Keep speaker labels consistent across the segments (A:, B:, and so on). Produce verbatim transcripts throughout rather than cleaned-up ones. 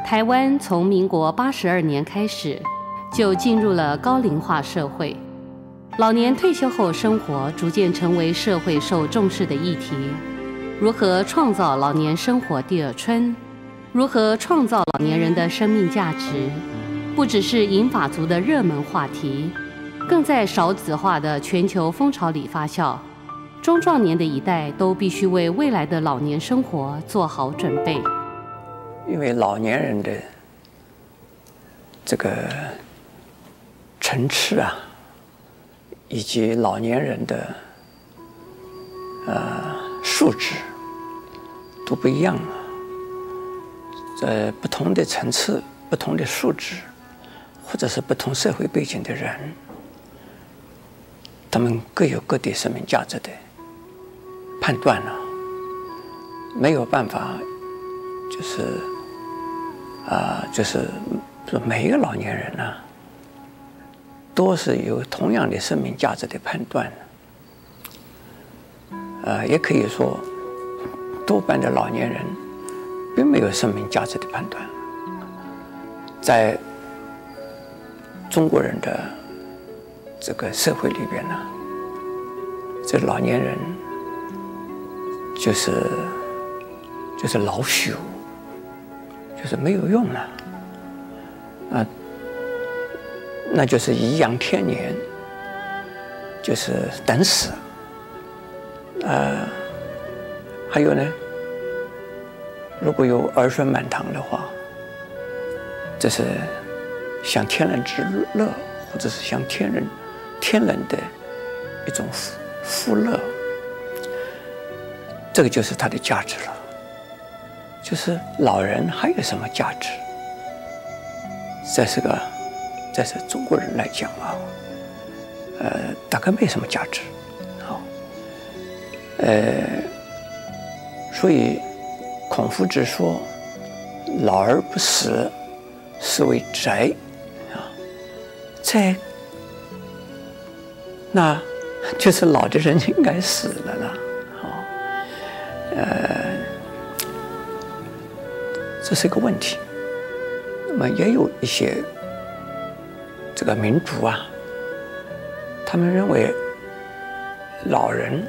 A: 台湾从民国八十二年开始，就进入了高龄化社会，老年退休后生活逐渐成为社会受重视的议题。如何创造老年生活第二春？如何创造老年人的生命价值？不只是银发族的热门话题，更在少子化的全球风潮里发酵。中壮年的一代都必须为未来的老年生活做好准备。
B: 因为老年人的这个层次啊，以及老年人的呃素质都不一样了。在不同的层次、不同的素质，或者是不同社会背景的人，他们各有各的生命价值的判断了，没有办法，就是啊、呃，就是说每一个老年人呢、啊，都是有同样的生命价值的判断。呃，也可以说，多半的老年人并没有生命价值的判断。在中国人的这个社会里边呢，这老年人就是就是老朽，就是没有用了啊，那就是颐养天年，就是等死。呃，还有呢，如果有儿孙满堂的话，这是享天伦之乐，或者是享天人天人的一种福福乐，这个就是它的价值了。就是老人还有什么价值？在这个，在这中国人来讲啊，呃，大概没什么价值。好，呃，所以孔夫子说：“老而不死，是为宅。”啊，宅，那就是老的人应该死了啦。好，呃。这是一个问题。那么也有一些这个民族啊，他们认为老人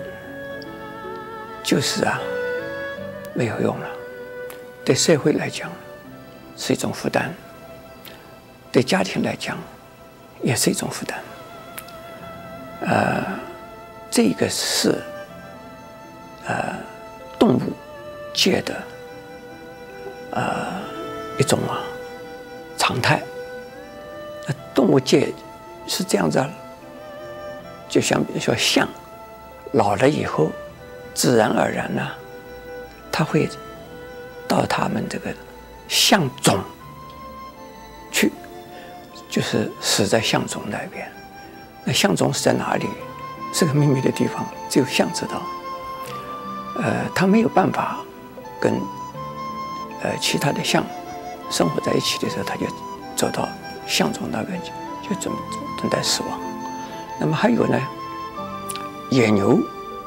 B: 就是啊没有用了，对社会来讲是一种负担，对家庭来讲也是一种负担。呃，这个是呃动物界的。呃，一种啊常态。那动物界是这样子，就像比如说象，老了以后，自然而然呢，它会到他们这个象种去，就是死在象种那边。那象种是在哪里？是个秘密的地方，只有象知道。呃，它没有办法跟呃，其他的象生活在一起的时候，他就走到象种那边去，就准等待死亡。那么还有呢，野牛，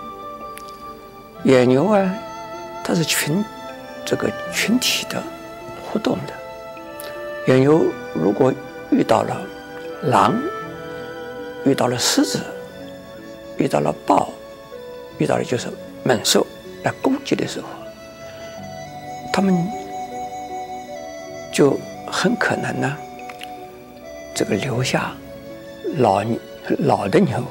B: 野牛啊，它是群这个群体的活动的。野牛如果遇到了狼，遇到了狮子，遇到了豹，遇到的就是猛兽来攻击的时候，他们就很可能呢，这个留下老老的牛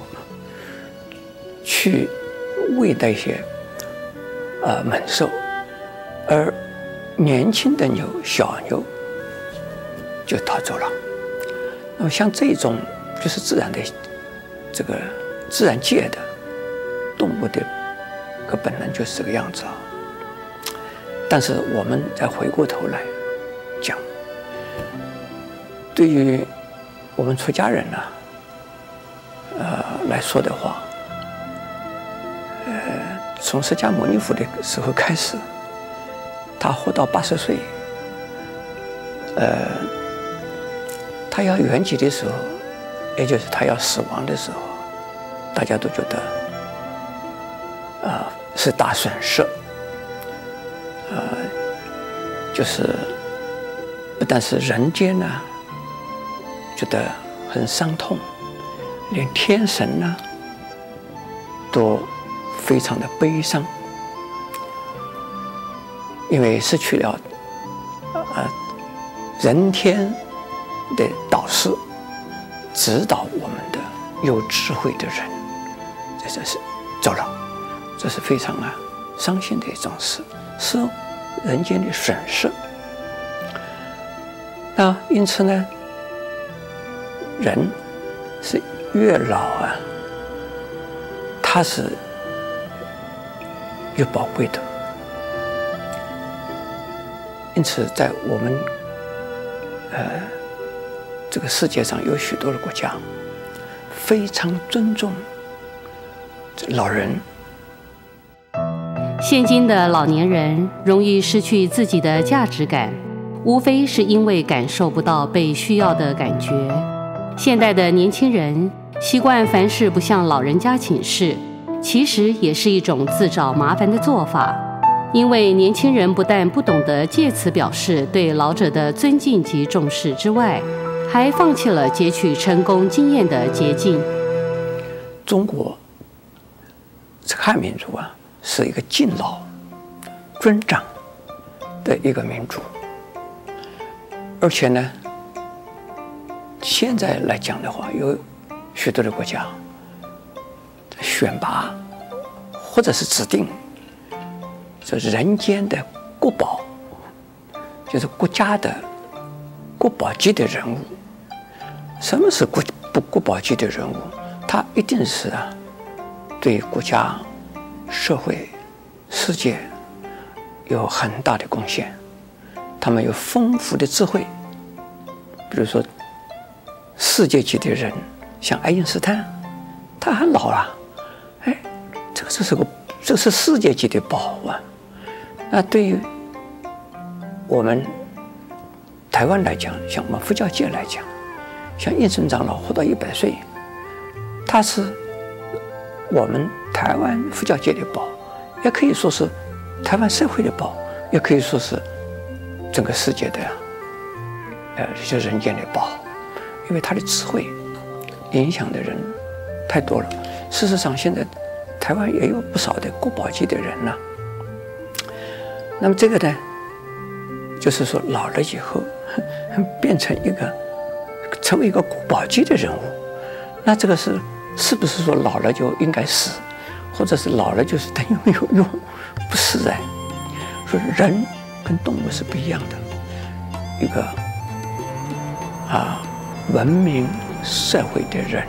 B: 去喂那些呃猛兽，而年轻的牛小牛就逃走了。那么像这种就是自然的这个自然界的动物的个本能就是这个样子啊。但是我们再回过头来讲，对于我们出家人呢、啊，呃来说的话，呃，从释迦牟尼佛的时候开始，他活到八十岁，呃，他要圆寂的时候，也就是他要死亡的时候，大家都觉得，呃，是大损失。呃，就是不但是人间呢觉得很伤痛，连天神呢都非常的悲伤，因为失去了呃人天的导师，指导我们的有智慧的人，这就是走了，这是非常啊伤心的一种事，是人间的损失。那因此呢，人是越老啊，他是越宝贵的。因此，在我们呃这个世界上有许多的国家非常尊重老人。
A: 现今的老年人容易失去自己的价值感，无非是因为感受不到被需要的感觉。现代的年轻人习惯凡事不向老人家请示，其实也是一种自找麻烦的做法。因为年轻人不但不懂得借此表示对老者的尊敬及重视之外，还放弃了截取成功经验的捷径。
B: 中国这个汉民族啊，是一个敬老尊长的一个民族，而且呢，现在来讲的话，有许多的国家选拔或者是指定这人间的国宝，就是国家的国宝级的人物。什么是国不国宝级的人物？他一定是啊，对国家、社会、世界有很大的贡献。他们有丰富的智慧，比如说世界级的人，像爱因斯坦，他很老了，哎，这个这是个这是世界级的宝啊。那对于我们台湾来讲，像我们佛教界来讲，像印顺长老活到一百岁，他是我们台湾佛教界的宝，也可以说是台湾社会的宝，也可以说是整个世界的呃这些人间的宝，因为他的智慧影响的人太多了。事实上，现在台湾也有不少的国宝级的人呢、啊。那么这个呢，就是说老了以后变成一个成为一个国宝级的人物，那这个是是不是说老了就应该死，或者是老了就是等于没有用？不是哎，说人跟动物是不一样的，一个啊文明社会的人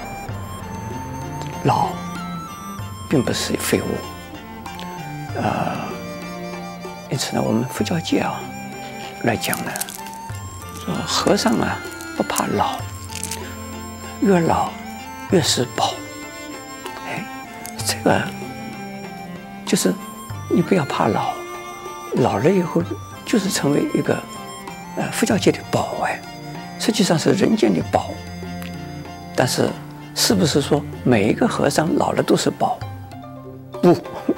B: 老并不是废物，呃。因此呢，我们佛教界啊来讲呢，说和尚啊不怕老，越老越是宝。哎，这个就是你不要怕老，老了以后就是成为一个呃佛教界的宝哎，实际上是人间的宝。但是是不是说每一个和尚老了都是宝？不。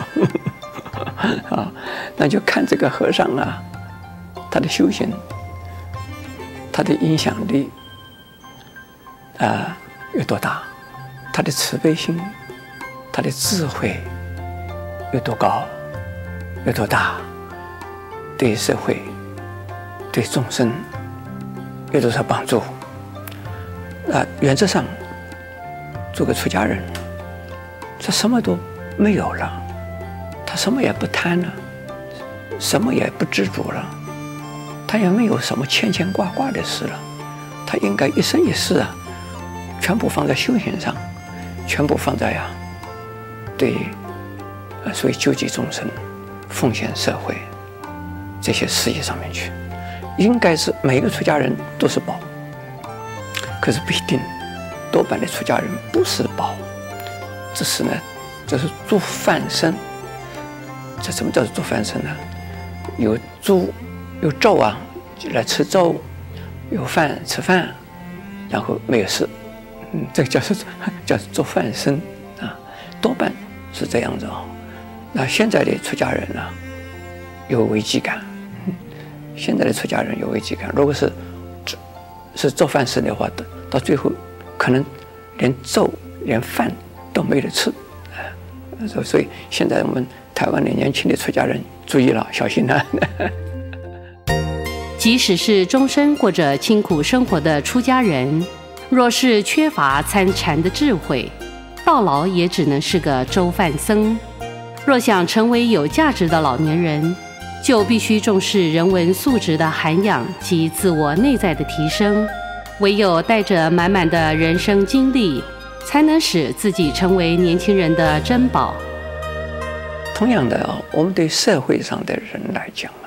B: 啊，那就看这个和尚啊，他的修行，他的影响力啊、呃、有多大，他的慈悲心，他的智慧有多高，有多大，对社会、对众生有多少帮助？啊、呃，原则上，做个出家人，他什么都没有了。他什么也不贪了，什么也不执着了，他也没有什么牵牵挂挂的事了。他应该一生一世啊，全部放在修行上，全部放在呀、啊，对，呃，所谓救济众生、奉献社会这些事业上面去。应该是每个出家人都是宝，可是不一定，多半的出家人不是宝，只是呢，这是做饭身。这什么叫做做饭身呢？有粥有粥啊，就来吃粥；有饭吃饭，然后没有事。嗯，这个叫做叫做饭身啊，多半是这样子啊、哦。那现在的出家人呢、啊，有危机感， 现在的出家人有危机感，如果是是做饭吃的话，到到最后可能连粥连饭都没得吃，啊，所所以现在我们台湾的年轻的出家人注意了，小心了。
A: 即使是终身过着清苦生活的出家人，若是缺乏参禅的智慧，到老也只能是个粥饭僧。若想成为有价值的老年人，就必须重视人文素质的涵养及自我内在的提升。唯有带着满满的人生经历，才能使自己成为年轻人的珍宝。
B: 同样的，我们对社会上的人来讲啊，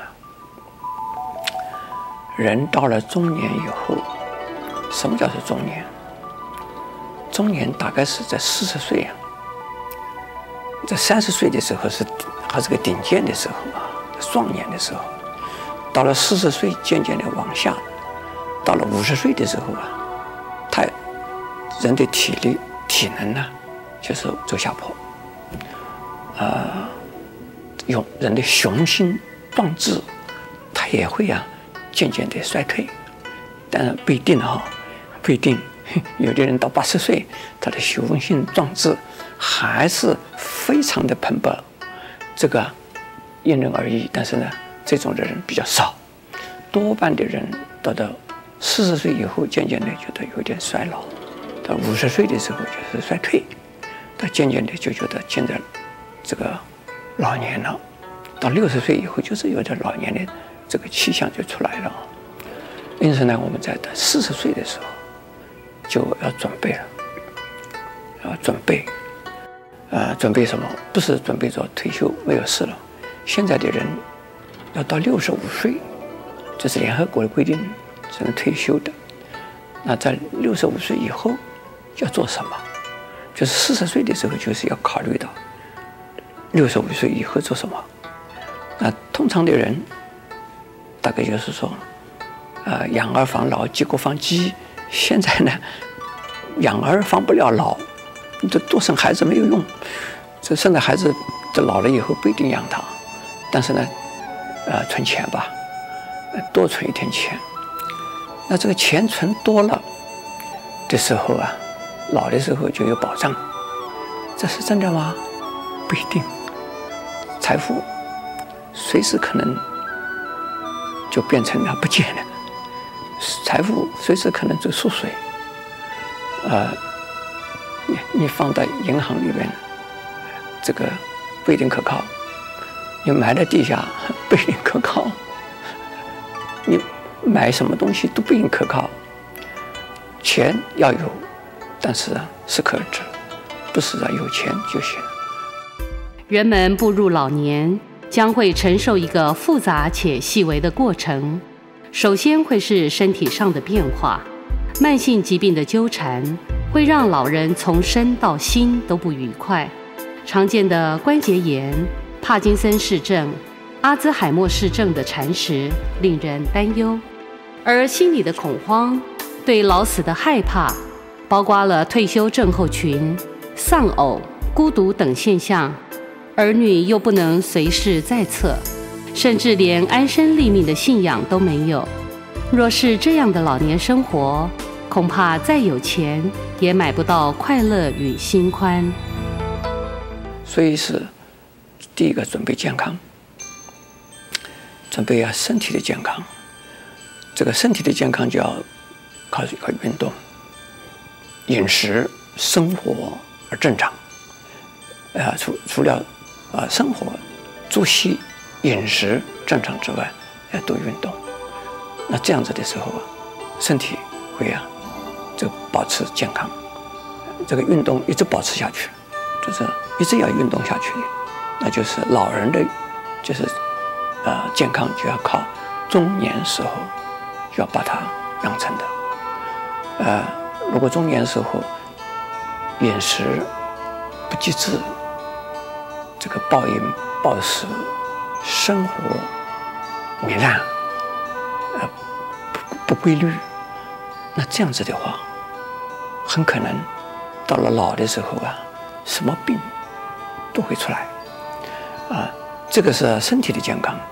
B: 人到了中年以后，什么叫做中年？中年大概是在四十岁啊，在三十岁的时候是还是个顶尖的时候啊，壮年的时候。到了四十岁，渐渐的往下，到了五十岁的时候啊，他人的体力、体能呢，就是走下坡。呃，用人的雄心壮志，他也会啊，渐渐的衰退。当然不一定哈、哦，不一定。有的人到八十岁，他的雄心壮志还是非常的蓬勃，这个因人而异。但是呢，这种的人比较少，多半的人到到四十岁以后，渐渐的觉得有点衰老，到五十岁的时候就是衰退，到渐渐的就觉得现在这个老年了，到六十岁以后就是有点老年的这个气象就出来了。因此呢，我们在四十岁的时候就要准备了，要准备，呃，准备什么？不是准备着退休没有事了。现在的人要到六十五岁，这是联合国的规定，才能退休的。那在六十五岁以后要做什么？就是四十岁的时候，就是要考虑到六十五岁以后做什么。那通常的人，大概就是说，呃，养儿防老，积国防饥。现在呢，养儿防不了老，这多生孩子没有用。这生的孩子，这老了以后不一定养他，但是呢，呃，存钱吧，多存一点钱。那这个钱存多了的时候啊，老的时候就有保障，这是真的吗？不一定。财富随时可能就变成了不见了。财富随时可能就缩水，呃，你你放在银行里面，这个不一定可靠；你埋在地下不一定可靠；你买什么东西都不一定可靠。钱要有，但是啊，适可而止，不是啊有钱就行。
A: 人们步入老年，将会承受一个复杂且细微的过程。首先会是身体上的变化，慢性疾病的纠缠会让老人从身到心都不愉快。常见的关节炎、帕金森氏症、阿兹海默氏症的缠实，令人担忧。而心理的恐慌、对老死的害怕，包括了退休症候群、丧偶、孤独等现象。儿女又不能随侍在侧，甚至连安身立命的信仰都没有。若是这样的老年生活，恐怕再有钱也买不到快乐与心宽。
B: 所以是第一个准备健康，准备啊身体的健康。这个身体的健康就要靠一个运动、饮食、生活而正常。呃，除除了啊、呃、生活、作息、饮食正常之外，要多运动。那这样子的时候啊，身体会啊，这个保持健康。这个运动一直保持下去，就是一直要运动下去的，那就是老人的，就是呃健康就要靠中年时候就要把它养成的。呃，如果中年时候饮食不节制，这个暴饮暴食，生活糜烂，呃不不规律，那这样子的话，很可能到了老的时候啊，什么病都会出来啊。这个是身体的健康，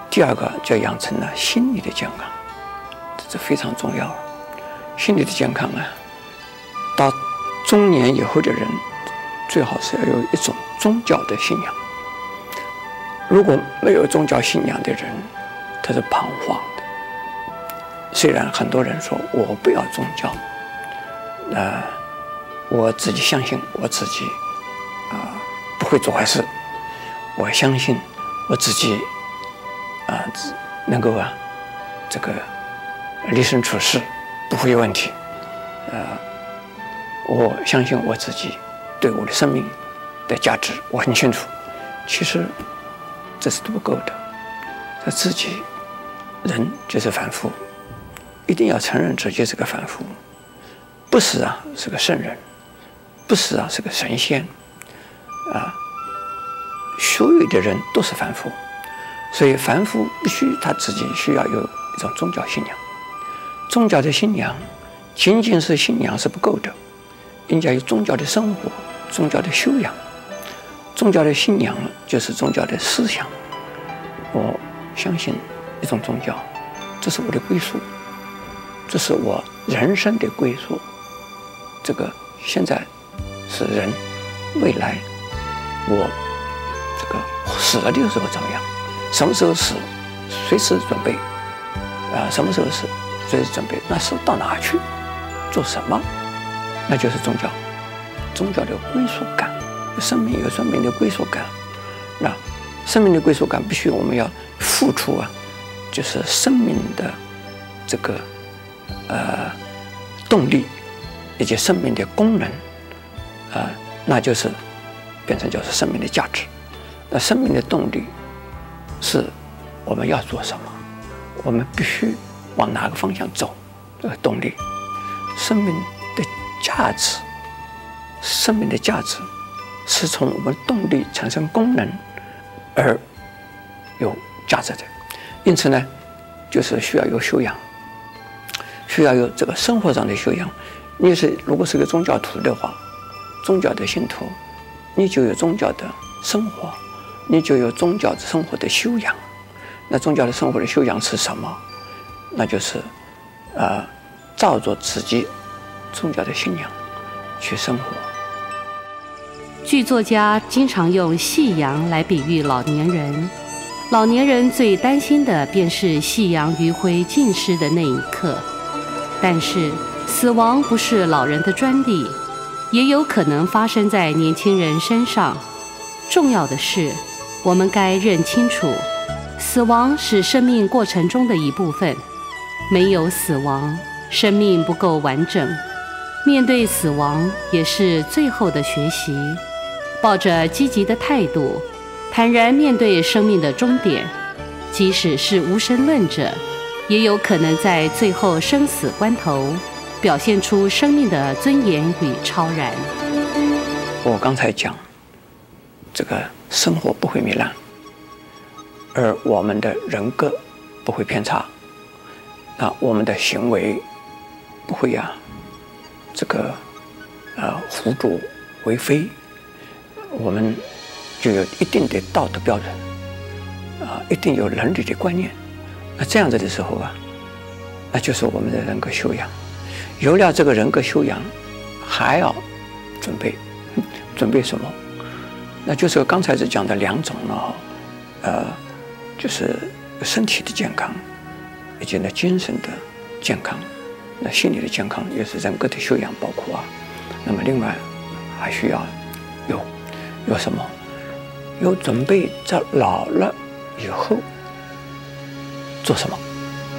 B: 第二个就养成了心理的健康，这是非常重要的。心理的健康啊，到中年以后的人，最好是要有一种宗教的信仰。如果没有宗教信仰的人，他是彷徨的。虽然很多人说我不要宗教，呃，我自己相信我自己啊、呃、不会做坏事，我相信我自己啊、呃、能够啊这个立身处世不会有问题，呃，我相信我自己对我的生命的价值我很清楚。其实这是不够的，他自己人就是凡夫，一定要承认自己是个凡夫，不是啊是个圣人，不是啊是个神仙，啊，所有的人都是凡夫，所以凡夫必须他自己需要有一种宗教信仰。宗教的信仰仅仅是信仰是不够的，应该有宗教的生活，宗教的修养。宗教的信仰就是宗教的思想。我相信一种宗教，这是我的归宿，这是我人生的归宿。这个现在是人，未来我这个死了的时候怎么样？什么时候死？随时准备啊、呃！什么时候死？随时准备。那是到哪去？做什么？那就是宗教，宗教的归属感。生命有生命的归属感，那生命的归属感必须我们要付出啊，就是生命的这个呃动力以及生命的功能啊、呃，那就是变成就是生命的价值。那生命的动力是我们要做什么，我们必须往哪个方向走，这个动力，生命的价值，生命的价值。是从我们动力产生功能而有价值的，因此呢，就是需要有修养，需要有这个生活上的修养。你是如果是个宗教徒的话，宗教的信徒，你就有宗教的生活，你就有宗教生活的修养。那宗教的生活的修养是什么？那就是呃，照着自己宗教的信仰去生活。
A: 剧作家经常用夕阳来比喻老年人，老年人最担心的便是夕阳余晖尽失的那一刻。但是死亡不是老人的专利，也有可能发生在年轻人身上。重要的是，我们该认清楚，死亡是生命过程中的一部分，没有死亡，生命不够完整。面对死亡也是最后的学习。抱着积极的态度，坦然面对生命的终点，即使是无神论者，也有可能在最后生死关头，表现出生命的尊严与超然。
B: 我刚才讲，这个生活不会糜烂，而我们的人格不会偏差，那我们的行为不会呀、啊，这个呃胡作为非。我们就有一定的道德标准，啊，一定有伦理的观念。那这样子的时候啊，那就是我们的人格修养。有了这个人格修养，还要准备，准备什么？那就是刚才是讲的两种了，呃，就是身体的健康，以及呢精神的健康，那心理的健康也是人格的修养包括啊。那么另外还需要有。有什么？有准备在老了以后做什么？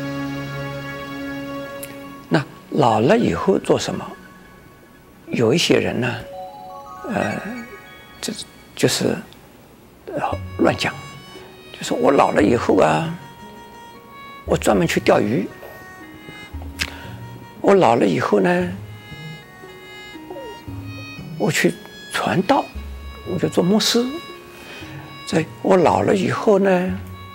B: 那老了以后做什么？有一些人呢，呃，这就是呃乱讲，就是我老了以后啊，我专门去钓鱼。我老了以后呢，我去传道。我就做牧师，在我老了以后呢，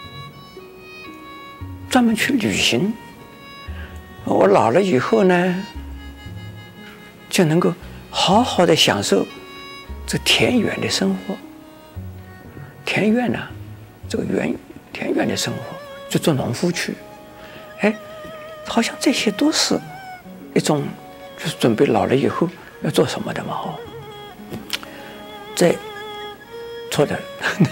B: 专门去旅行。我老了以后呢，就能够好好的享受这田园的生活。田园呢、啊，这个园田园的生活， 就做农夫去。哎，好像这些都是一种就是准备老了以后要做什么的嘛哦。这错的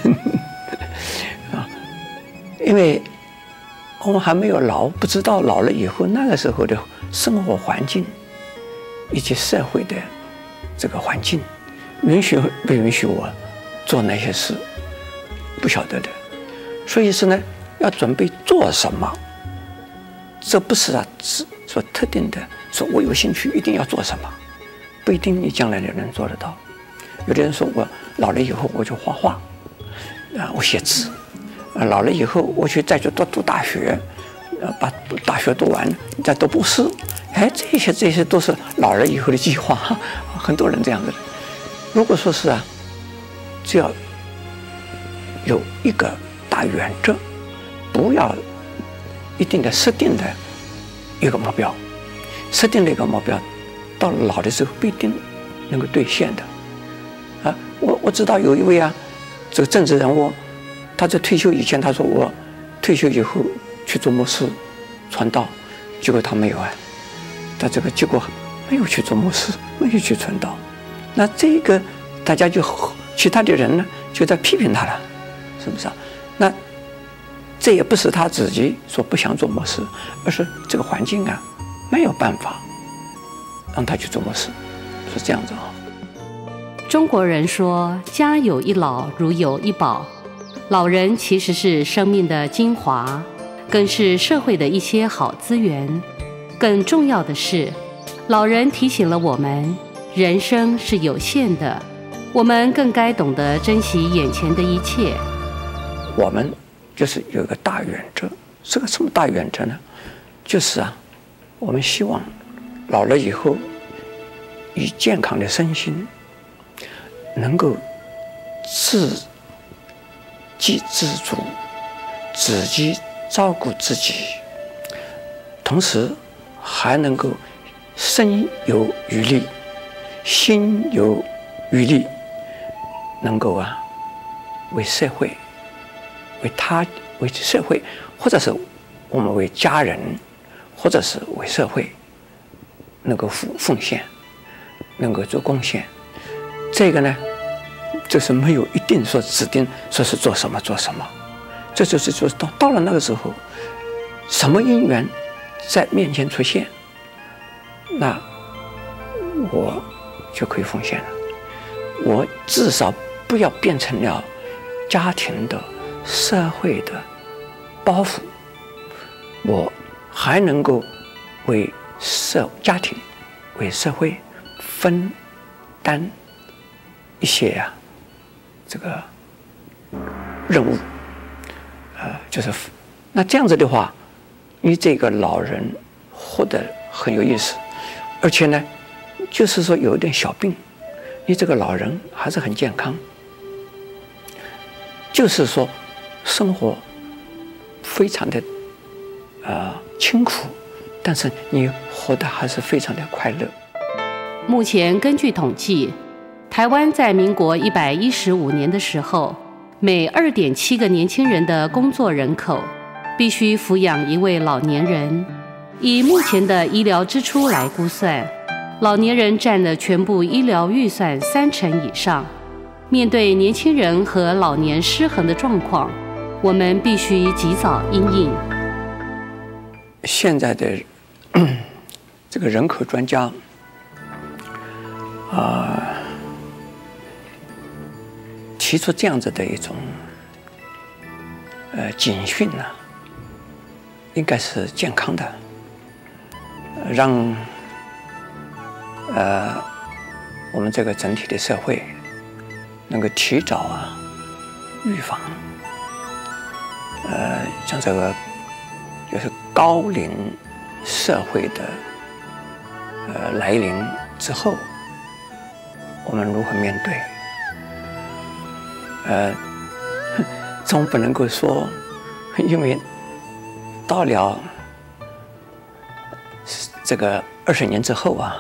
B: 啊，因为我们还没有老，不知道老了以后那个时候的生活环境以及社会的这个环境允许不允许我做那些事，不晓得的。所以是呢，要准备做什么，这不是啊，是说特定的，说我有兴趣一定要做什么，不一定你将来就能做得到。有的人说我老了以后我就画画，啊，我写字，啊，老了以后我去再去读读大学，呃，把大学读完再读博士，哎，这些这些都是老了以后的计划，很多人这样子的。如果说是啊，只要有一个大原则，不要一定的设定的一个目标，设定的一个目标，到老的时候不一定能够兑现的。啊，我我知道有一位啊，这个政治人物，他在退休以前他说我退休以后去做牧师传道，结果他没有啊，他这个结果没有去做牧师，没有去传道，那这个大家就其他的人呢就在批评他了，是不是啊？那这也不是他自己说不想做牧师，而是这个环境啊没有办法让他去做牧师，是这样子啊。
A: 中国人说家有一老如有一宝，老人其实是生命的精华，更是社会的一些好资源。更重要的是，老人提醒了我们，人生是有限的，我们更该懂得珍惜眼前的一切。
B: 我们就是有一个大原则，是个什么大原则呢？就是啊，我们希望老了以后，以健康的身心，能够自给自足，自己照顾自己，同时还能够身有余力，心有余力，能够啊为社会、为他、为社会，或者是我们为家人，或者是为社会，能够奉奉献，能够做贡献。这个呢，就是没有一定说指定说是做什么做什么，这就是说到到了那个时候，什么因缘在面前出现，那我就可以奉献了。我至少不要变成了家庭的、社会的包袱，我还能够为社家庭、为社会分担一些啊，这个任务，呃，就是那这样子的话，你这个老人活得很有意思，而且呢，就是说有一点小病，你这个老人还是很健康，就是说生活非常的呃清苦，但是你活得还是非常的快乐。
A: 目前根据统计，台湾在民国一百一十五年的时候，每 二点七 个年轻人的工作人口必须抚养一位老年人。以目前的医疗支出来估算，老年人占了全部医疗预算三成以上。面对年轻人和老年失衡的状况，我们必须及早因应。
B: 现在的这个人口专家啊、呃，提出这样子的一种呃警讯呢、啊，应该是健康的，让呃我们这个整体的社会能够提早啊预防，呃，像这个就是高龄社会的呃来临之后，我们如何面对？呃，总不能够说，因为到了这个二十年之后啊，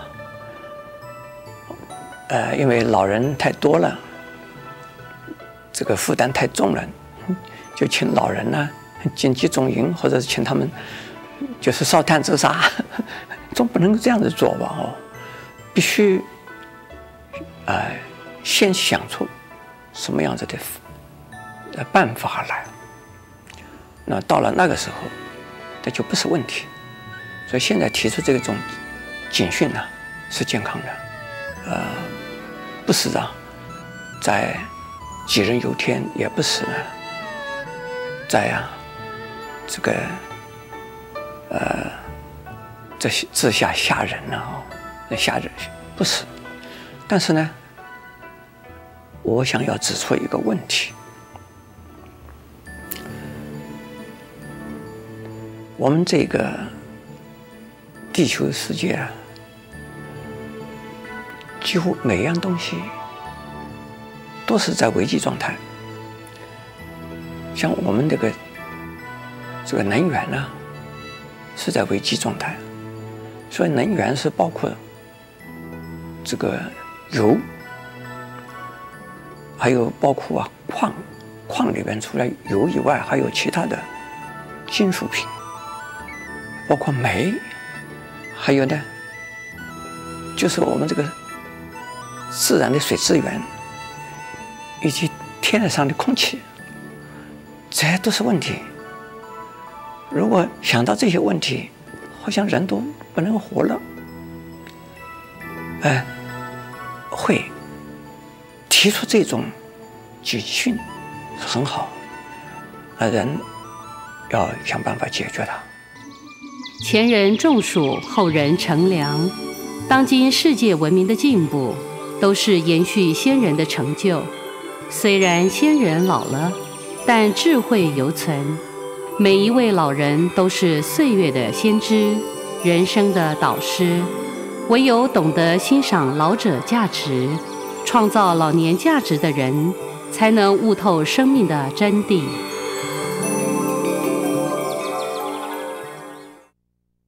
B: 呃，因为老人太多了，这个负担太重了，就请老人呢紧急种营，或者是请他们就是烧炭自杀，总不能这样子做吧？哦，必须呃先想出什么样子的呃办法来。那到了那个时候，这就不是问题。所以现在提出这种警讯呢，是健康的，呃，不是啊，在杞人忧天，也不是呢，在啊这个呃这自下吓人呢啊，吓人不是。但是呢，我想要指出一个问题。我们这个地球世界啊，几乎每样东西都是在危机状态。像我们这个这个能源呢，是在危机状态，所以能源是包括这个油，还有包括啊矿，矿里边除了油以外，还有其他的金属品。包括煤，还有呢，就是我们这个自然的水资源，以及天台上的空气，这些都是问题。如果想到这些问题，好像人都不能活了，哎，会提出这种警讯很好，那人要想办法解决它。
A: 前人种树，后人乘凉。当今世界文明的进步，都是延续先人的成就。虽然先人老了，但智慧犹存。每一位老人都是岁月的先知，人生的导师。唯有懂得欣赏老者价值，创造老年价值的人，才能悟透生命的真谛。